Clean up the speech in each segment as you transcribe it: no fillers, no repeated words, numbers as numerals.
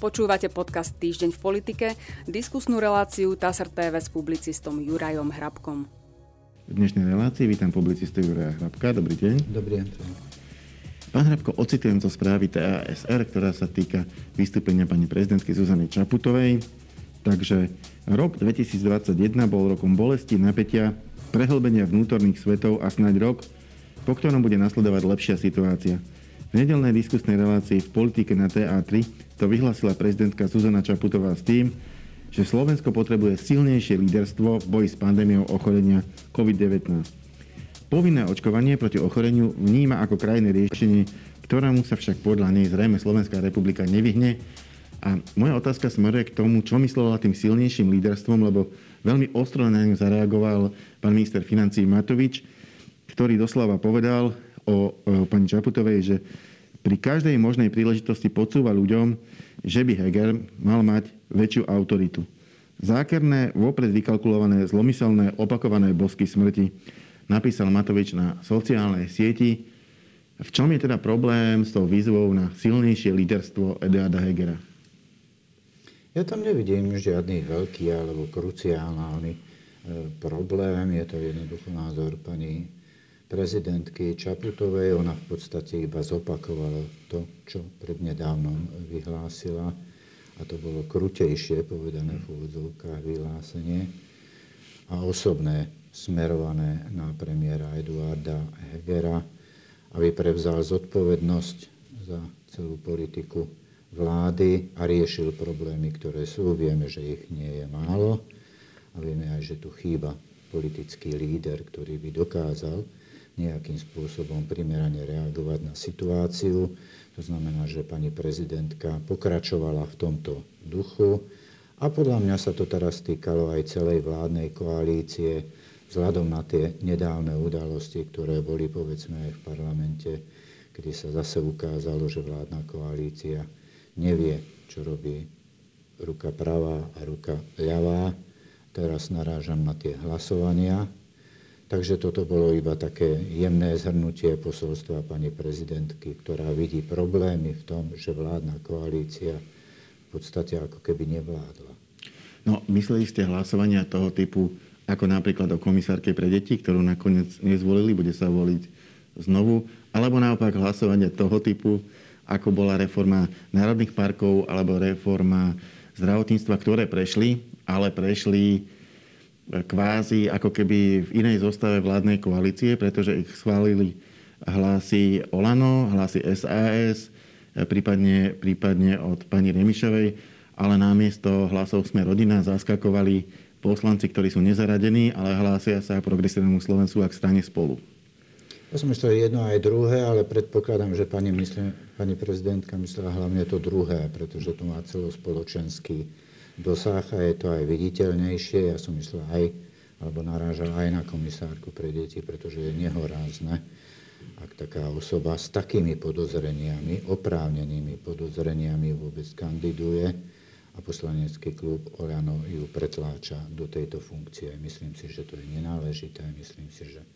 Počúvate podcast Týždeň v politike, diskusnú reláciu TASR TV s publicistom Jurajom Hrabkom. V dnešnej relácii vítam publicistu Juraja Hrabka. Dobrý deň. Dobrý deň. Pán Hrabko, ocitujem zo správy TASR, ktorá sa týka vystúpenia pani prezidentky Zuzany Čaputovej. Takže rok 2021 bol rokom bolesti, napätia, prehlbenia vnútorných svetov a snáď rok, po ktorom bude nasledovať lepšia situácia. V nedeľnej diskusnej relácii v politike na TA3 to vyhlásila prezidentka Zuzana Čaputová s tým, že Slovensko potrebuje silnejšie líderstvo v boji s pandémiou ochorenia COVID-19. Povinné očkovanie proti ochoreniu vníma ako krajné riešenie, ktorému sa však podľa nej zrejme Slovenská republika nevyhne. A moja otázka smeruje k tomu, čo myslela tým silnejším líderstvom, lebo veľmi ostro na ňu zareagoval pán minister financií Matovič, ktorý doslova povedal o pani Čaputovej, že pri každej možnej príležitosti podsúva ľuďom, že by Heger mal mať väčšiu autoritu. Zákerné, vopred vykalkulované, zlomyselné, opakované bosky smrti, napísal Matovič na sociálnej sieti. V čom je teda problém s tou výzvou na silnejšie líderstvo Eduarda Hegera? Ja tam nevidím žiadny veľký alebo kruciálny problém. Je to jednoducho názor pani prezidentky Čaputovej. Ona v podstate iba zopakovala to, čo prednedávnom vyhlásila. A to bolo krutejšie povedané v úvodzovkách vyhlásenie a osobné smerované na premiéra Eduarda Hegera, aby prevzal zodpovednosť za celú politiku vlády a riešil problémy, ktoré sú. Vieme, že ich nie je málo a vieme aj, že tu chýba politický líder, ktorý by dokázal nejakým spôsobom primerane reagovať na situáciu. To znamená, že pani prezidentka pokračovala v tomto duchu a podľa mňa sa to teraz týkalo aj celej vládnej koalície vzhľadom na tie nedávne udalosti, ktoré boli povedzme aj v parlamente, kedy sa zase ukázalo, že vládna koalícia nevie, čo robí ruka pravá a ruka ľavá. Teraz narážam na tie hlasovania. Takže toto bolo iba také jemné zhrnutie posolstva pani prezidentky, ktorá vidí problémy v tom, že vládna koalícia v podstate ako keby nevládla. No, mysleli ste hlasovania toho typu, ako napríklad o komisárke pre deti, ktorú nakoniec nezvolili, bude sa voliť znovu, alebo naopak hlasovanie toho typu, ako bola reforma národných parkov alebo reforma zdravotníctva, ktoré prešli, ale prešli kvázi ako keby v inej zostave vládnej koalície, pretože ich schválili hlasy Olano, hlasy SAS, prípadne od pani Remišovej, ale namiesto hlasov Sme rodina zaskakovali poslanci, ktorí sú nezaradení, ale hlásia sa k Progresívnemu Slovensku a k strane Spolu. Ja som myslel jedno aj druhé, ale predpokladám, že pani prezidentka myslela hlavne to druhé, pretože to má celospoločenský dosah a je to aj viditeľnejšie. Ja som myslel aj, alebo narážal aj na komisárku pre deti, pretože je nehorázne, ak taká osoba s takými podozreniami, oprávnenými podozreniami vôbec kandiduje a poslanecký klub Oľano ju pretláča do tejto funkcie. Myslím si, že to je nenáležité. Myslím si, že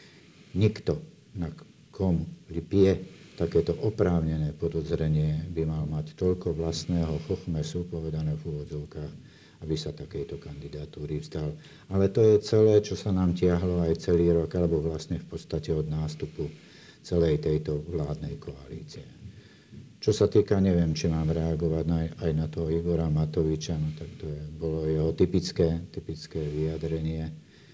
nikto, na kom lipie takéto oprávnené podozrenie, by mal mať toľko vlastného chochmesu, povedané v úvodzovkách, aby sa takejto kandidatúry vzdal. Ale to je celé, čo sa nám tiahlo aj celý rok, alebo vlastne v podstate od nástupu celej tejto vládnej koalície. Čo sa týka, neviem, či mám reagovať aj na toho Igora Matoviča, no tak to bolo jeho typické vyjadrenie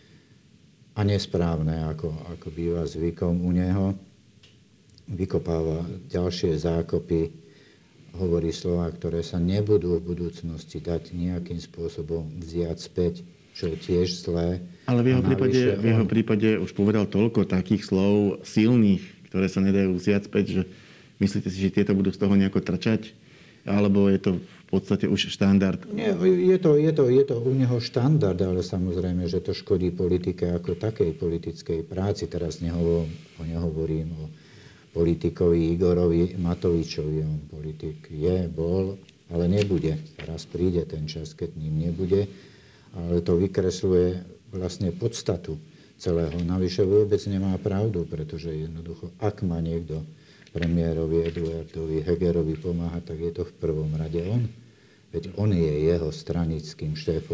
a nesprávne, ako býva zvykom u neho. Vykopáva ďalšie zákopy, hovorí slová, ktoré sa nebudú v budúcnosti dať nejakým spôsobom vziať späť, čo je tiež zlé. Ale v jeho prípade už povedal toľko takých slov silných, ktoré sa nedajú vziať späť, že myslíte si, že tieto budú z toho nejako trčať? Alebo je to v podstate už štandard? Nie, je to u neho štandard, ale samozrejme, že to škodí politike ako takej politickej práci. Teraz nehovorím o politikovi Igorovi Matovičovi. On politik bol, ale nebude. Teraz príde ten čas, keď ním nebude. Ale to vykresluje vlastne podstatu celého. Navyše vôbec nemá pravdu, pretože jednoducho, ak má niekto premiérovi Eduardovi Hegerovi pomáha, tak je to v prvom rade on. Veď on je jeho stranickým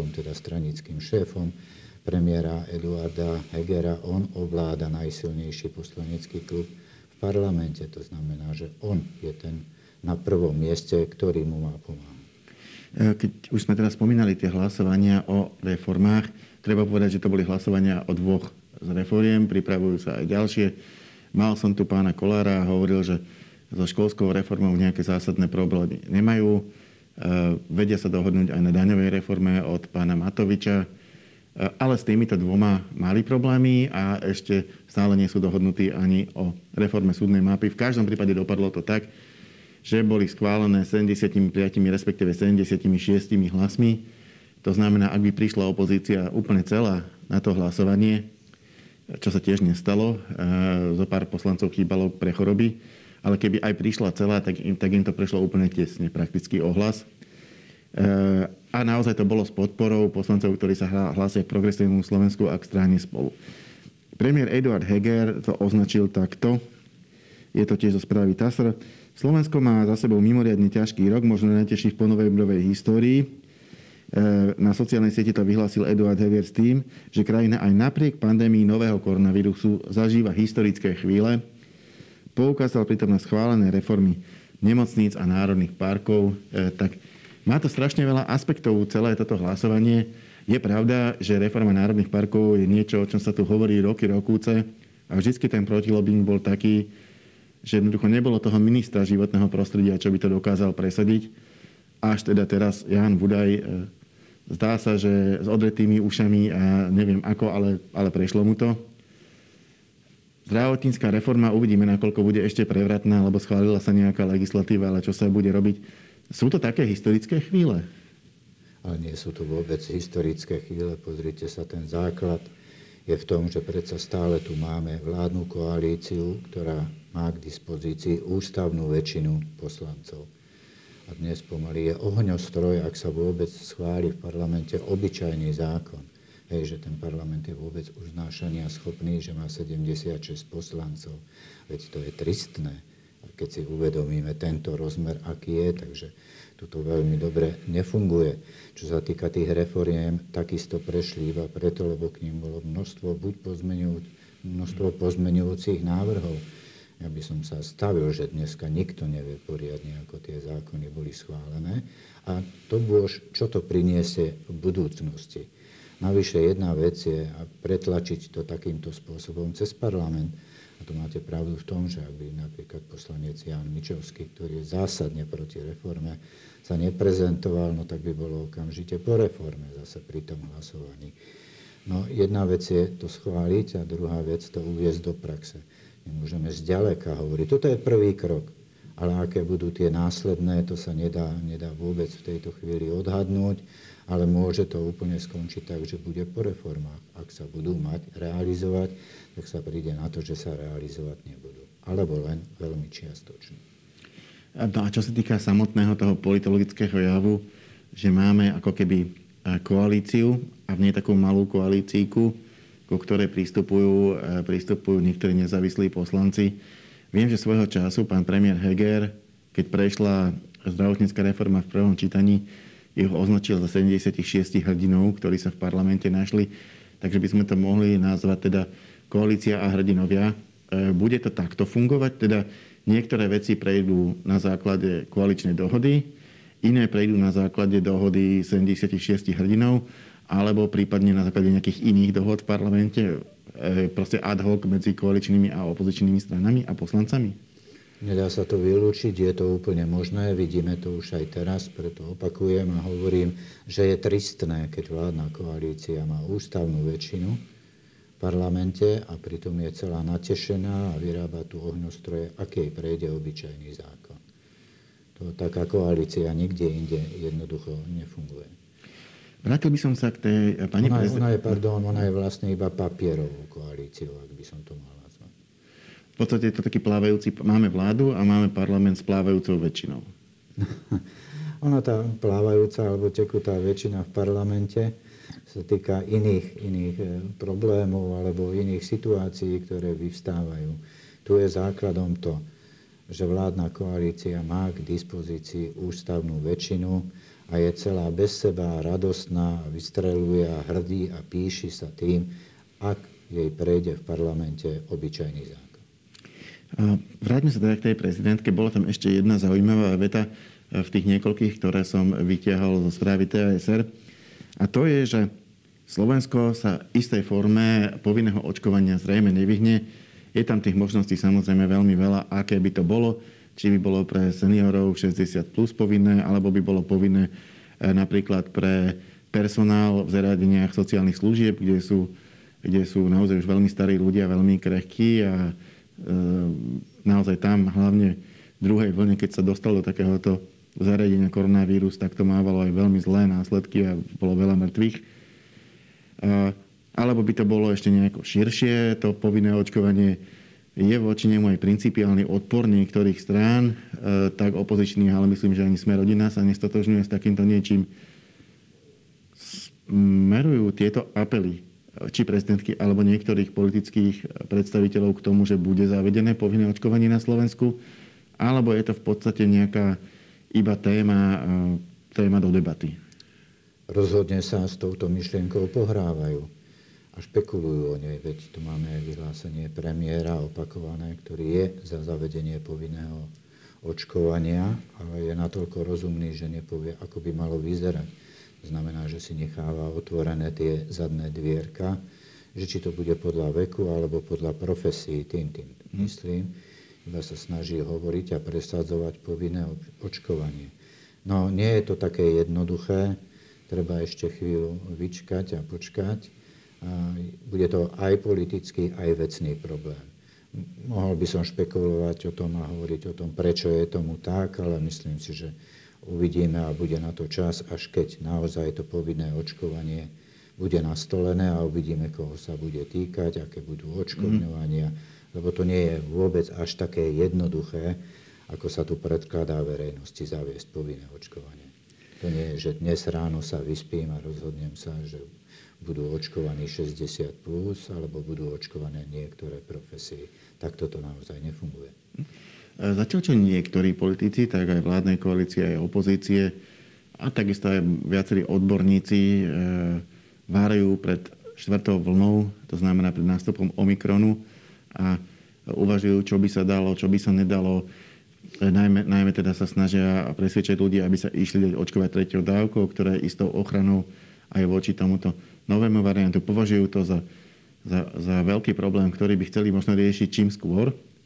šéfom premiéra Eduarda Hegera. On ovláda najsilnejší poslanecký klub v parlamente. To znamená, že on je ten na prvom mieste, ktorý mu má pomáhať. Keď už sme teda spomínali tie hlasovania o reformách, treba povedať, že to boli hlasovania o 2 z reforiem, pripravujú sa aj ďalšie. Mal som tu pána Kollára a hovoril, že so školskou reformou nejaké zásadné problémy nemajú. Vedia sa dohodnúť aj na daňovej reforme od pána Matoviča, ale s týmito 2 mali problémy a ešte stále nie sú dohodnutí ani o reforme súdnej mapy. V každom prípade dopadlo to tak, že boli schválené 75, respektíve 76 hlasmi. To znamená, ak by prišla opozícia úplne celá na to hlasovanie, čo sa tiež nestalo, zo pár poslancov chýbalo pre choroby, ale keby aj prišla celá, tak im to prešlo úplne tesne, prakticky ohlas. A naozaj to bolo s podporou poslancov, ktorí sa hlásia k Progresívnemu Slovensku a k strane Spolu. Premiér Eduard Heger to označil takto. Je to tiež zo správy TASR. Slovensko má za sebou mimoriadne ťažký rok, možno najťažší v ponovembrovej histórii. Na sociálnej sieti to vyhlásil Eduard Heger s tým, že krajina aj napriek pandémii nového koronavírusu zažíva historické chvíle. Poukázal pritom na schválené reformy nemocníc a národných parkov. Tak má to strašne veľa aspektov, celé toto hlasovanie. Je pravda, že reforma národných parkov je niečo, o čom sa tu hovorí roky, rokúce. A vždycky ten protilobbying bol taký, že jednoducho nebolo toho ministra životného prostredia, čo by to dokázal presadiť. Až teda teraz Ján Budaj zdá sa, že s odretými ušami a neviem ako, ale prešlo mu to. Zdravotnícka reforma, uvidíme, nakoľko bude ešte prevratná, lebo schválila sa nejaká legislatíva, ale čo sa bude robiť. Sú to také historické chvíle? Ale nie sú to vôbec historické chvíle. Pozrite sa, ten základ je v tom, že predsa stále tu máme vládnu koalíciu, ktorá má k dispozícii ústavnú väčšinu poslancov. A dnes pomaly je ohňostroj, ak sa vôbec schváli v parlamente obyčajný zákon. Hej, že ten parlament je vôbec uznášania schopný, že má 76 poslancov. Veď to je tristné. A keď si uvedomíme tento rozmer, aký je, takže toto veľmi dobre nefunguje. Čo sa týka tých reforiem, takisto prešli iba preto, lebo k ním bolo množstvo pozmeňujúcich návrhov. Ja by som sa stavil, že dneska nikto nevie poriadne, ako tie zákony boli schválené. A to bôž, čo to priniesie v budúcnosti. Navyše jedna vec je pretlačiť to takýmto spôsobom cez parlament. A tu máte pravdu v tom, že ak by napríklad poslanec Ján Mičovský, ktorý je zásadne proti reforme, sa neprezentoval, no tak by bolo okamžite po reforme zase pri tom hlasovaní. No jedna vec je to schváliť a druhá vec to uviesť do praxe. Nemôžeme zďaleka hovoriť. Toto je prvý krok, ale aké budú tie následné, to sa nedá vôbec v tejto chvíli odhadnúť, ale môže to úplne skončiť tak, že bude po reformách. Ak sa budú mať realizovať, tak sa príde na to, že sa realizovať nebudú. Alebo len veľmi čiastočne. No a čo sa týka samotného toho politologického javu, že máme ako keby koalíciu a v nej takú malú koalíciu, ku ktorej pristupujú niektorí nezávislí poslanci. Viem, že svojho času pán premiér Heger, keď prešla zdravotnícka reforma v prvom čítaní, ich označil za 76 hrdinov, ktorí sa v parlamente našli. Takže by sme to mohli nazvať teda koalícia a hrdinovia. Bude to takto fungovať? Teda niektoré veci prejdú na základe koaličnej dohody, iné prejdú na základe dohody 76 hrdinov, alebo prípadne na základe nejakých iných dohod v parlamente, proste ad hoc medzi koaličnými a opozičnými stranami a poslancami? Nedá sa to vylúčiť, je to úplne možné, vidíme to už aj teraz, preto opakujem a hovorím, že je tristné, keď vládna koalícia má ústavnú väčšinu v parlamente a pritom je celá natešená a vyrába tu ohňostroje, akej prejde obyčajný zákon. To taká koalícia nikde inde jednoducho nefunguje. Vrátil by som sa k tej pani prezidentke. Ona je vlastne iba papierovou koalíciou, ak by som to mal nazvať. V podstate je to taký plávajúci, máme vládu a máme parlament s plávajúcou väčšinou. Ona tá plávajúca alebo tekutá väčšina v parlamente sa týka iných problémov alebo iných situácií, ktoré vyvstávajú. Tu je základom to, že vládna koalícia má k dispozícii ústavnú väčšinu a je celá bez seba radostná, vystreľuje a hrdí a píši sa tým, ak jej prejde v parlamente obyčajný zákon. Vráťme sa teda k tej prezidentke. Bola tam ešte jedna zaujímavá veta v tých niekoľkých, ktoré som vytiahol zo správy TASR. A to je, že Slovensko sa istej forme povinného očkovania zrejme nevyhne. Je tam tých možností samozrejme veľmi veľa, aké by to bolo. Či by bolo pre seniorov 60 plus povinné, alebo by bolo povinné napríklad pre personál v zariadeniach sociálnych služieb, kde sú naozaj už veľmi starí ľudia, veľmi krehkí a naozaj tam hlavne v druhej vlne, keď sa dostal do takéhoto zariadenia koronavírus, tak to mávalo aj veľmi zlé následky a bolo veľa mŕtvych. Alebo by to bolo ešte nejako širšie, to povinné očkovanie. Je voči nemu aj principiálny odpor niektorých strán, tak opozičných, ale myslím, že ani Smer-rodina sa nestotožňuje s takýmto niečím. Smerujú tieto apely, či prezidentky, alebo niektorých politických predstaviteľov k tomu, že bude zavedené povinné očkovanie na Slovensku, alebo je to v podstate nejaká iba téma do debaty? Rozhodne sa s touto myšlienkou pohrávajú a špekulujú o nej, veď tu máme aj vyhlásenie premiéra opakované, ktorý je za zavedenie povinného očkovania, ale je natoľko rozumný, že nepovie, ako by malo vyzerať. To znamená, že si necháva otvorené tie zadné dvierka, že či to bude podľa veku alebo podľa profesí, tým myslím, iba sa snaží hovoriť a presadzovať povinné očkovanie. No nie je to také jednoduché, treba ešte chvíľu vyčkať a počkať. A bude to aj politický, aj vecný problém. Mohol by som špekulovať o tom a hovoriť o tom, prečo je tomu tak, ale myslím si, že uvidíme a bude na to čas, až keď naozaj to povinné očkovanie bude nastolené a uvidíme, koho sa bude týkať, aké budú odškodňovania, lebo to nie je vôbec až také jednoduché, ako sa tu predkladá verejnosti zaviesť povinné očkovanie. To nie je, že dnes ráno sa vyspím a rozhodnem sa, že budú očkovaní 60+, alebo budú očkované niektoré profesie. Tak toto naozaj nefunguje. Zatiaľ, čo niektorí politici, tak aj vládnej koalície, aj opozície a takisto aj viacerí odborníci várajú pred 4. vlnou, to znamená pred nástupom Omikronu a uvažujú, čo by sa dalo, čo by sa nedalo. Najmä teda sa snažia presvedčať ľudí, aby sa išli dať očkovať 3. dávkou, ktorá je istou ochranou aj voči tomuto novému variantu. Považujú to za veľký problém, ktorý by chceli možno riešiť čím skôr.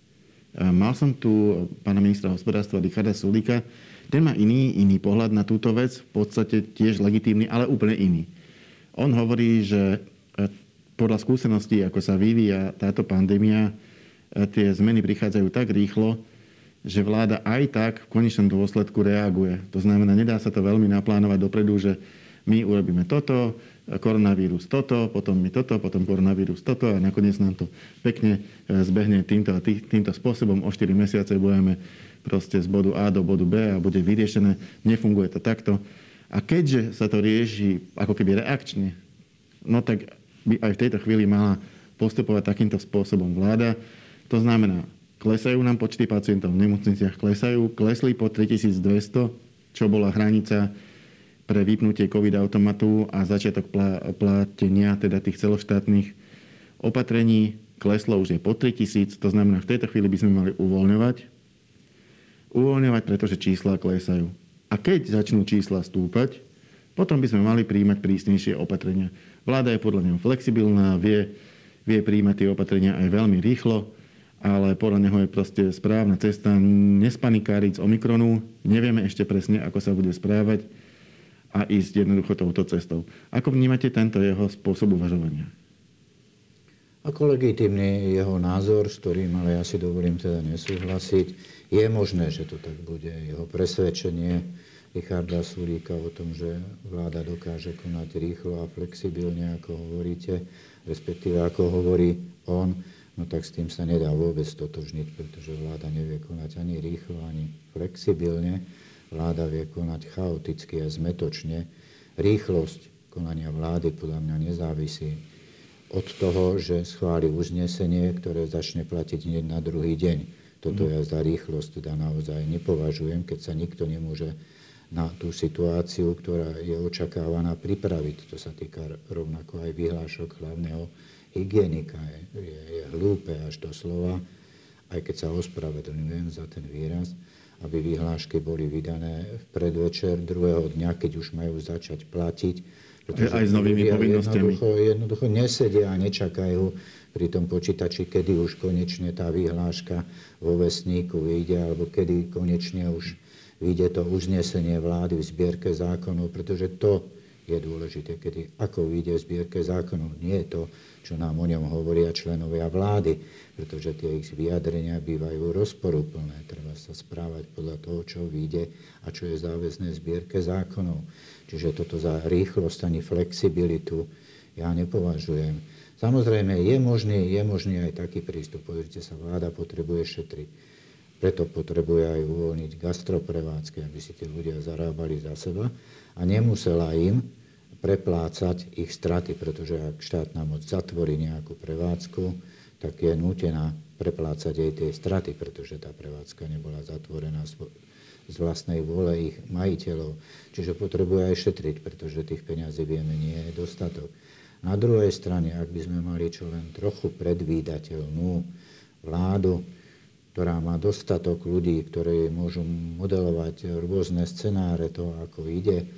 Mal som tu pána ministra hospodárstva Richarda Sulíka. Ten má iný pohľad na túto vec, v podstate tiež legitímny, ale úplne iný. On hovorí, že podľa skúseností, ako sa vyvíja táto pandémia, tie zmeny prichádzajú tak rýchlo, že vláda aj tak v konečnom dôsledku reaguje. To znamená, nedá sa to veľmi naplánovať dopredu, že my urobíme toto, koronavírus toto, potom my toto, potom koronavírus toto a nakoniec nám to pekne zbehne týmto spôsobom. O 4 mesiace budeme proste z bodu A do bodu B a bude vyriešené. Nefunguje to takto. A keďže sa to rieši ako keby reakčne, no tak by aj v tejto chvíli mala postupovať takýmto spôsobom vláda. To znamená, klesajú nám počty pacientov v nemocniciach, klesli po 3200, čo bola hranica pre vypnutie COVID-automatu a začiatok platenia teda tých celoštátnych opatrení. Kleslo už je po 3000, to znamená, v tejto chvíli by sme mali uvoľňovať, pretože čísla klesajú. A keď začnú čísla stúpať, potom by sme mali prijímať prísnejšie opatrenia. Vláda je podľa neho flexibilná, vie prijímať tie opatrenia aj veľmi rýchlo, ale podľa neho je proste správna cesta nespanikáriť z Omikronu. Nevieme ešte presne, ako sa bude správať a ísť jednoducho touto cestou. Ako vnímate tento jeho spôsob uvažovania? Ako legitímny jeho názor, s ktorým ale ja si dovolím teda nesúhlasiť. Je možné, že to tak bude. Jeho presvedčenie Richarda Sulíka o tom, že vláda dokáže konať rýchlo a flexibilne, ako hovoríte, respektíve ako hovorí on, no tak s tým sa nedá vôbec stotožniť, pretože vláda nevie konať ani rýchlo, ani flexibilne. Vláda vie konať chaoticky a zmetočne. Rýchlosť konania vlády podľa mňa nezávisí od toho, že schváli uznesenie, ktoré začne platiť hneď na druhý deň. Toto ja za rýchlosť teda naozaj nepovažujem, keď sa nikto nemôže na tú situáciu, ktorá je očakávaná, pripraviť. To sa týka rovnako aj vyhlášok hlavného hygienika. Je hlúpe až doslova, aj keď sa ospravedlňujem za ten výraz, aby vyhlášky boli vydané v predvečer druhého dňa, keď už majú začať platiť. Pretože aj s novými povinnosťami. Jednoducho nesedia a nečakajú pri tom počítači, kedy už konečne tá vyhláška vo vesníku vyjde, alebo kedy konečne už vyjde to uznesenie vlády v zbierke zákonov, pretože to je dôležité, kedy ako vyjde v zbierke zákonov. Nie je to, čo nám o ňom hovoria členovia vlády, pretože tie ich vyjadrenia bývajú rozporuplné. Treba sa správať podľa toho, čo vyjde a čo je záväzné v zbierke zákonov. Čiže toto za rýchlosť ani flexibilitu ja nepovažujem. Samozrejme, je možný aj taký prístup. Pozrite sa, vláda potrebuje šetriť. Preto potrebuje aj uvoľniť gastroprevádzky, aby si tí ľudia zarábali za seba a nemusela im preplácať ich straty, pretože ak štátna moc zatvorí nejakú prevádzku, tak je nútená preplácať aj tie straty, pretože tá prevádzka nebola zatvorená z vlastnej vôle ich majiteľov. Čiže potrebuje aj šetriť, pretože tých peňazí, vieme, nie je dostatok. Na druhej strane, ak by sme mali čo len trochu predvídateľnú vládu, ktorá má dostatok ľudí, ktorí môžu modelovať rôzne scenáre toho, ako ide,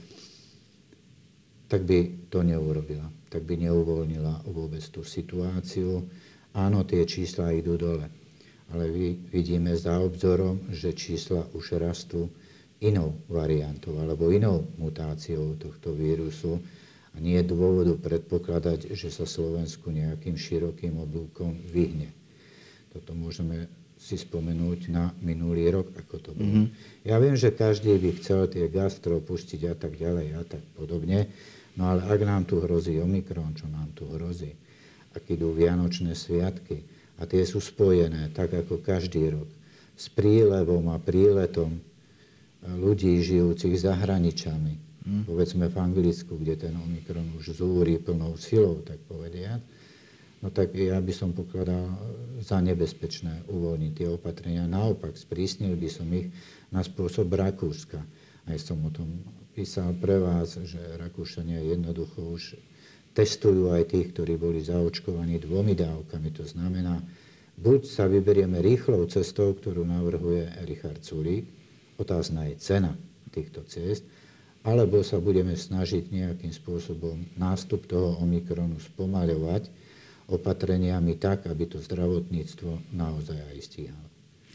tak by to neurobila. Tak by neuvoľnila vôbec tú situáciu. Áno, tie čísla idú dole. Ale vidíme za obzorom, že čísla už rastú inou variantou alebo inou mutáciou tohto vírusu. A nie je dôvodu predpokladať, že sa Slovensku nejakým širokým oblúkom vyhne. Toto môžeme si spomenúť na minulý rok, ako to bolo. Ja viem, že každý by chcel tie gastro pustiť a tak ďalej a tak podobne, no ale ak nám tu hrozí Omikron, čo nám tu hrozí, ak idú Vianočné sviatky a tie sú spojené, tak ako každý rok, s prílevom a príletom ľudí žijúcich za hraničami, povedzme v Anglicku, kde ten Omikron už zúri plnou silou, tak povediať, no tak ja by som pokladal za nebezpečné uvoľniť tie opatrenia. Naopak, sprísnil by som ich na spôsob Rakúska. Aj som o tom písal pre vás, že Rakúšania jednoducho už testujú aj tých, ktorí boli zaočkovaní 2 dávkami. To znamená, buď sa vyberieme rýchlou cestou, ktorú navrhuje Richard Sulík, otázna je cena týchto ciest, alebo sa budeme snažiť nejakým spôsobom nástup toho Omikronu spomaľovať opatreniami tak, aby to zdravotníctvo naozaj aj stíhalo.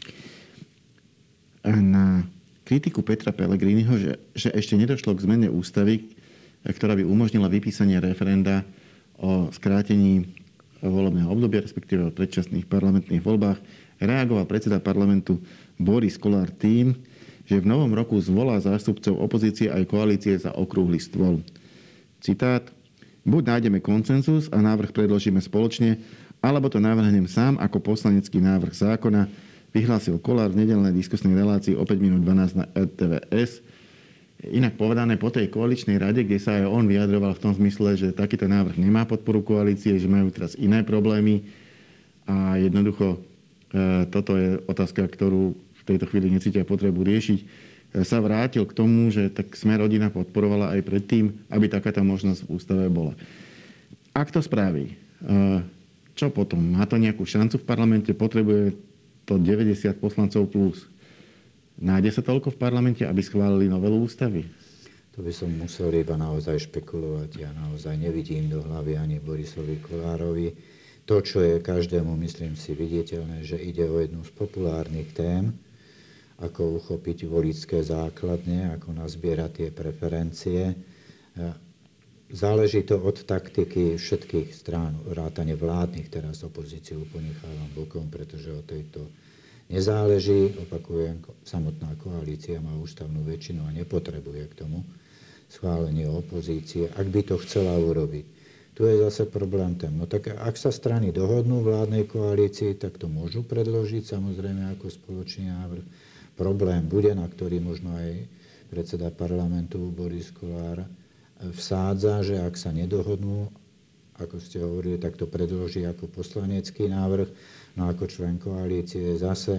Na kritiku Petra Pellegriniho, že ešte nedošlo k zmene ústavy, ktorá by umožnila vypísanie referenda o skrátení volebného obdobia, respektíve o predčasných parlamentných voľbách, reagoval predseda parlamentu Boris Kollár tým, že v novom roku zvolá zástupcov opozície aj koalície za okrúhly stôl. Citát: buď nájdeme konsenzus a návrh predložíme spoločne, alebo to navrhnem sám ako poslanecký návrh zákona, vyhlásil Kollár v nedeľnej diskusnej relácii o 5 minút 12 na RTVS. Inak povedané po tej koaličnej rade, kde sa aj on vyjadroval v tom zmysle, že takýto návrh nemá podporu koalície, že majú teraz iné problémy a jednoducho toto je otázka, ktorú v tejto chvíli necítia potrebu riešiť, sa vrátil k tomu, že tak Smer-rodina podporovala aj predtým, aby takáto možnosť v ústave bola. Ak to spraví, čo potom? Má to nejakú šancu v parlamente? Potrebuje to 90 poslancov plus. Nájde sa toľko v parlamente, aby schválili novelu ústavy? To by som musel iba naozaj špekulovať. Ja naozaj nevidím do hlavy ani Borisovi Kollárovi. To, čo je každému, myslím si, viditeľné, že ide o jednu z populárnych tém, ako uchopiť voličské základne, ako nazbierať tie preferencie. Záleží to od taktiky všetkých strán, vrátane vládnych, teraz opozíciu ponechávam bokom, pretože o tejto nezáleží. Opakujem, samotná koalícia má ústavnú väčšinu a nepotrebuje k tomu schválenie opozície, ak by to chcela urobiť. Tu je zase problém ten. No tak ak sa strany dohodnú v vládnej koalícii, tak to môžu predložiť samozrejme ako spoločný návrh. Problém bude, na ktorý možno aj predseda parlamentu Boris Kollár vsádza, že ak sa nedohodnú, ako ste hovorili, tak to predloží ako poslanecký návrh. No ako člen koalície zase,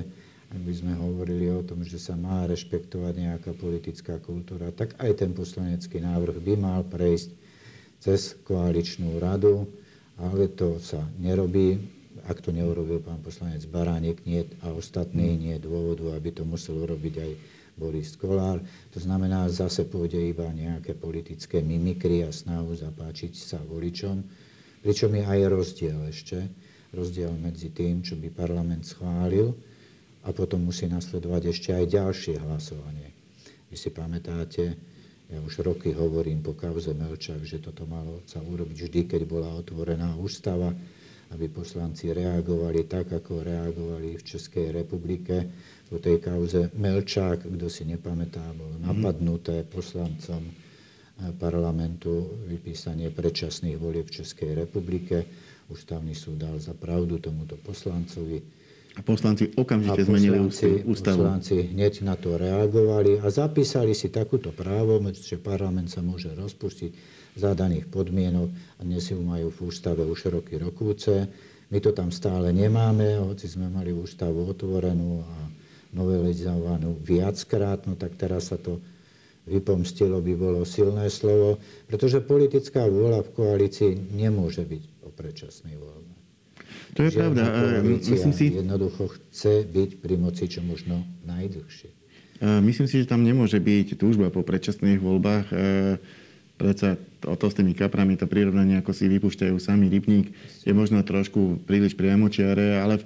aby sme hovorili o tom, že sa má rešpektovať nejaká politická kultúra, tak aj ten poslanecký návrh by mal prejsť cez koaličnú radu, ale to sa nerobí. Ak to neurobil pán poslanec Baránik a ostatní, nie je dôvodu, aby to musel urobiť aj Boris Kollár. To znamená, zase pôjde iba nejaké politické mimikry a snahu zapáčiť sa voličom. Pričom je aj rozdiel ešte. Rozdiel medzi tým, čo by parlament schválil a potom musí nasledovať ešte aj ďalšie hlasovanie. Vy si pamätáte, ja už roky hovorím po kauze Melčák, že toto malo sa urobiť vždy, keď bola otvorená ústava, aby poslanci reagovali tak, ako reagovali v Českej republike. Po tej kauze Melčák, kto si nepamätá, bolo napadnuté poslancom parlamentu vypísanie predčasných volieb v Českej republike. Ústavný súd dal za pravdu tomuto poslancovi. A poslanci okamžite zmenili ústavu. Poslanci hneď na to reagovali a zapísali si takúto právomoc, že parlament sa môže rozpustiť za daných podmienok a dnes ju majú v ústave už roky rokúce. My to tam stále nemáme, hoci sme mali ústavu otvorenú a novelizovanú viackrát, no tak teraz sa to vypomstilo, by bolo silné slovo, pretože politická vôľa v koalícii nemôže byť o predčasnej voľbe. To je pravda. Myslím si, jednoducho chce byť pri moci čo možno najdlhšie. Myslím si, že tam nemôže byť túžba po predčasných voľbách. Predsa to s tými kaprami, to prirovnanie, ako si vypúšťajú sami rybník, je možno trošku príliš priamočiare, ale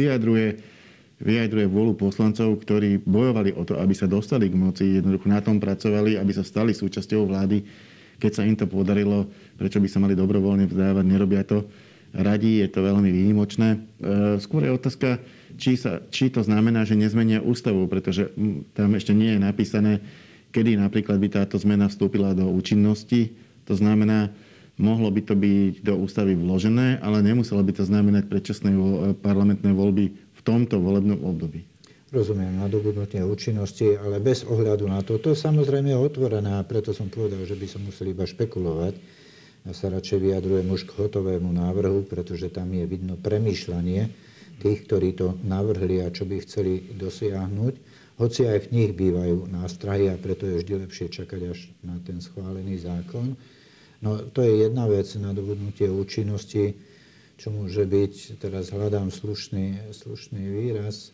vyjadruje vôľu poslancov, ktorí bojovali o to, aby sa dostali k moci, jednoducho na tom pracovali, aby sa stali súčasťou vlády. Keď sa im to podarilo, prečo by sa mali dobrovoľne vzdávať, nerobia to radi, je to veľmi výnimočné. Skôr je otázka, či to znamená, že nezmenia ústavu, pretože tam ešte nie je napísané, kedy napríklad by táto zmena vstúpila do účinnosti. To znamená, mohlo by to byť do ústavy vložené, ale nemuselo by to znamenať predčasné parlamentné voľby v tomto volebnom období. Rozumiem, nadobudnutie účinnosti, ale bez ohľadu na to. To samozrejme je otvorené a preto som povedal, že by som musel iba špekulovať. Ja sa radšej vyjadrujem už k hotovému návrhu, pretože tam je vidno premýšľanie tých, ktorí to navrhli a čo by chceli dosiahnuť. Hoci aj v nich bývajú nástrahy a preto je vždy lepšie čakať až na ten schválený zákon. No to je jedna vec, nadobudnutie účinnosti, čo môže byť, teraz hľadám slušný výraz,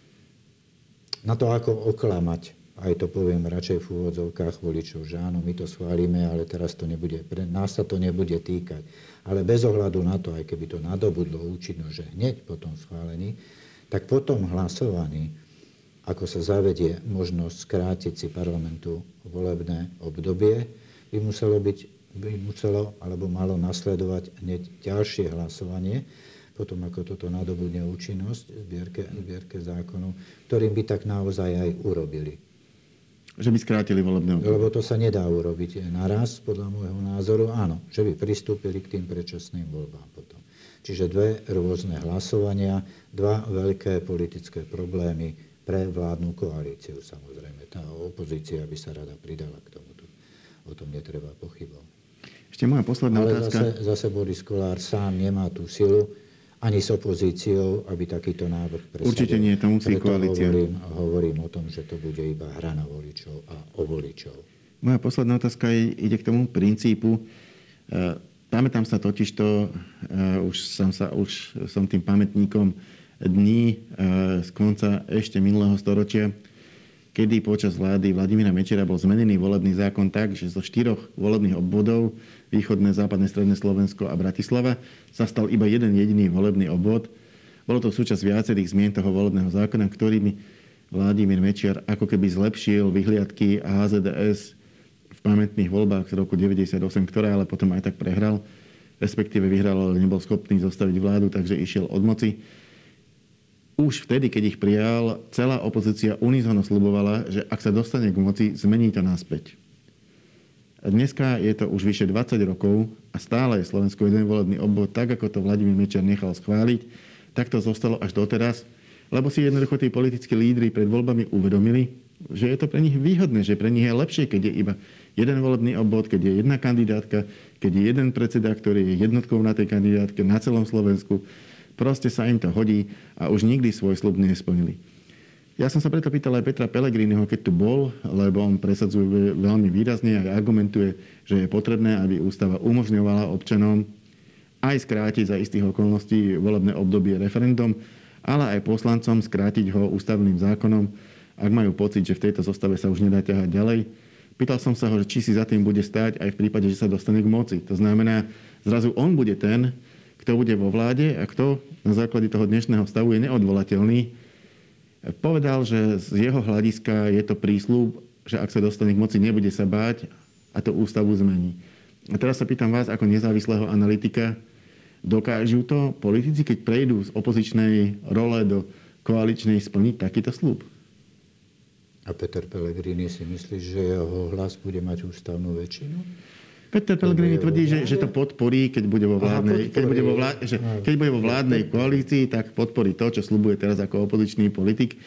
na to, ako oklamať. Aj to poviem radšej v úvodzovkách voličov, že áno, my to schválime, ale teraz to nebude, pre nás sa to nebude týkať. Ale bez ohľadu na to, aj keby to nadobudlo účinnosť, že hneď po tom schválení, tak po tom hlasovaní, ako sa zavedie možnosť skrátiť si parlamentu volebné obdobie, by muselo alebo malo nasledovať hneď ďalšie hlasovanie, potom ako toto nadobudne účinnosť v zbierke zákonu, ktorým by tak naozaj aj urobili. Že by skrátili volebné obdobie. Lebo to sa nedá urobiť naraz, podľa môjho názoru, áno, že by pristúpili k tým predčasným voľbám potom. Čiže dve rôzne hlasovania, dva veľké politické problémy pre vládnu koalíciu, samozrejme. Tá opozícia by sa rada pridala k tomuto. O tom netreba pochybovať. Ešte moja posledná otázka. Ale zase Boris Kollár sám nemá tú silu ani s opozíciou, aby takýto návrh presadil. Určite nie, to musí koalícia. Hovorím o tom, že to bude iba hra na voličov a o voličov. Moja posledná otázka ide k tomu princípu. Pamätám sa totižto, už som tým pamätníkom dní z konca ešte minulého storočia, kedy počas vlády Vladimíra Mečiara bol zmenený volebný zákon tak, že zo 4 volebných obvodov, východné, západné, stredné Slovensko a Bratislava, sa stal iba jeden jediný volebný obvod. Bolo to súčasť viacerých zmien toho volebného zákona, ktorými Vladimír Mečiar ako keby zlepšil vyhliadky HZDS v pamätných voľbách z roku 1998, ktoré ale potom aj tak prehral, respektíve vyhral, ale nebol schopný zostaviť vládu, takže išiel od moci. Už vtedy, keď ich prijal, celá opozícia unizono sľubovala, že ak sa dostane k moci, zmení to naspäť. A dneska je to už vyše 20 rokov a stále je Slovensko jeden volebný obvod, tak ako to Vladimír Mečiar nechal schváliť, tak to zostalo až doteraz, lebo si jednoducho tí politickí lídri pred voľbami uvedomili, že je to pre nich výhodné, že pre nich je lepšie, keď je iba jeden volebný obvod, keď je jedna kandidátka, keď je jeden predseda, ktorý je jednotkou na tej kandidátke na celom Slovensku. Proste sa im to hodí a už nikdy svoj sľub nesplnili. Ja som sa preto pýtal aj Petra Pellegriniho, keď tu bol, lebo on presadzuje veľmi výrazne a argumentuje, že je potrebné, aby ústava umožňovala občanom aj skrátiť za istých okolností volebné obdobie referendum, ale aj poslancom skrátiť ho ústavným zákonom, ak majú pocit, že v tejto zostave sa už nedá ťahať ďalej. Pýtal som sa ho, či si za tým bude stáť aj v prípade, že sa dostane k moci. To znamená, zrazu on bude ten, kto bude vo vláde a kto na základe toho dnešného stavu je neodvolateľný. Povedal, že z jeho hľadiska je to prísľub, že ak sa dostane k moci, nebude sa báť a to ústavu zmení. A teraz sa pýtam vás, ako nezávislého analytika, dokážu to politici, keď prejdú z opozičnej role do koaličnej, splniť takýto sľub? A Peter Pellegrini si myslí, že jeho hlas bude mať ústavnú väčšinu? Peter Pellegrini tvrdí, že to podporí, keď bude vo vládnej, keď bude vo vládnej koalícii, tak podporí to, čo sľubuje teraz ako opozičný politik.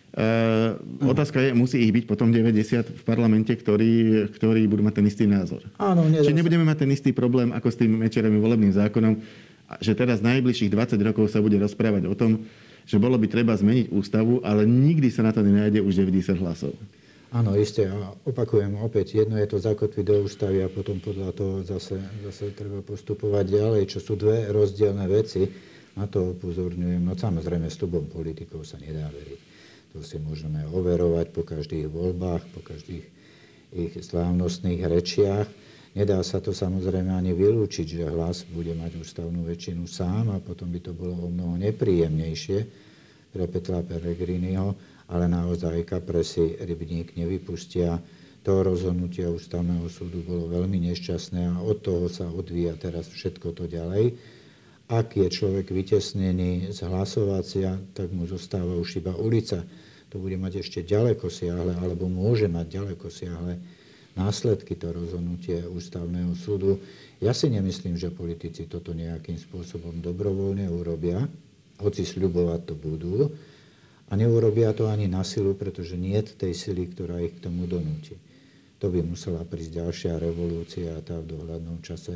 Otázka je, musí ich byť potom 90 v parlamente, ktorí budú mať ten istý názor. Áno, čiže nebudeme mať ten istý problém ako s tým Mečiarovým volebným zákonom, že teraz najbližších 20 rokov sa bude rozprávať o tom, že bolo by treba zmeniť ústavu, ale nikdy sa na to nenájde už 90 hlasov. Áno, isté. A opakujem opäť, jedno je to zakotviť do ústavy a potom podľa toho zase treba postupovať ďalej, čo sú dve rozdielne veci. Na to upozorňujem. No samozrejme, sľubom politikov sa nedá veriť. To si môžeme overovať po každých voľbách, po každých ich slávnostných rečiach. Nedá sa to samozrejme ani vylúčiť, že hlas bude mať ústavnú väčšinu sám a potom by to bolo o mnoho nepríjemnejšie pre Petra Pellegriniho, ale naozaj kapresy rybník nevypustia. To rozhodnutie ústavného súdu bolo veľmi nešťastné a od toho sa odvíja teraz všetko to ďalej. Ak je človek vytesnený z hlasovacia, tak mu zostáva už iba ulica. To bude mať ešte ďaleko siahle, alebo môže mať ďaleko siahle následky to rozhodnutie ústavného súdu. Ja si nemyslím, že politici toto nejakým spôsobom dobrovoľne urobia, hoci sľubovať to budú. A neurobia to ani na silu, pretože nie je tej sily, ktorá ich k tomu donúti. To by musela prísť ďalšia revolúcia a tá v dohľadnom čase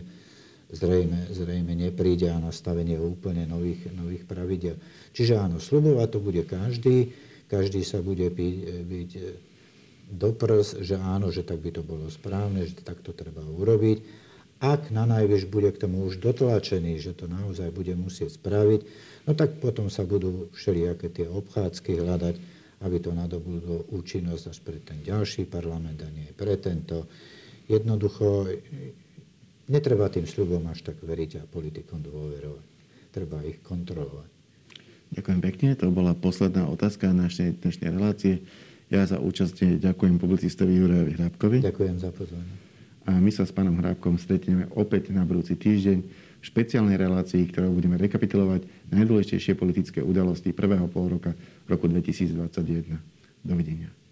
zrejme nepríde a nastavenie úplne nových pravidiel. Čiže áno, sľubovať to bude každý sa bude byť do prs, že áno, že tak by to bolo správne, že tak to treba urobiť. Ak na najvyš bude k tomu už dotlačený, že to naozaj bude musieť spraviť, no tak potom sa budú všelijaké tie obchádzky hľadať, aby to nadobudlo účinnosť až pre ten ďalší parlament a nie pre tento. Jednoducho, netreba tým sľubom až tak veriť a politikom dôverovať. Treba ich kontrolovať. Ďakujem pekne. To bola posledná otázka našej dnešnej relácie. Ja za účasť ďakujem publicistovi Jurajovi Hrábkovi. Ďakujem za pozornosť. A my sa s pánom Hrábkom stretneme opäť na budúci týždeň v špeciálnej relácii, ktorou budeme rekapitulovať najdôležitejšie politické udalosti prvého polroka roku 2021. Dovidenia.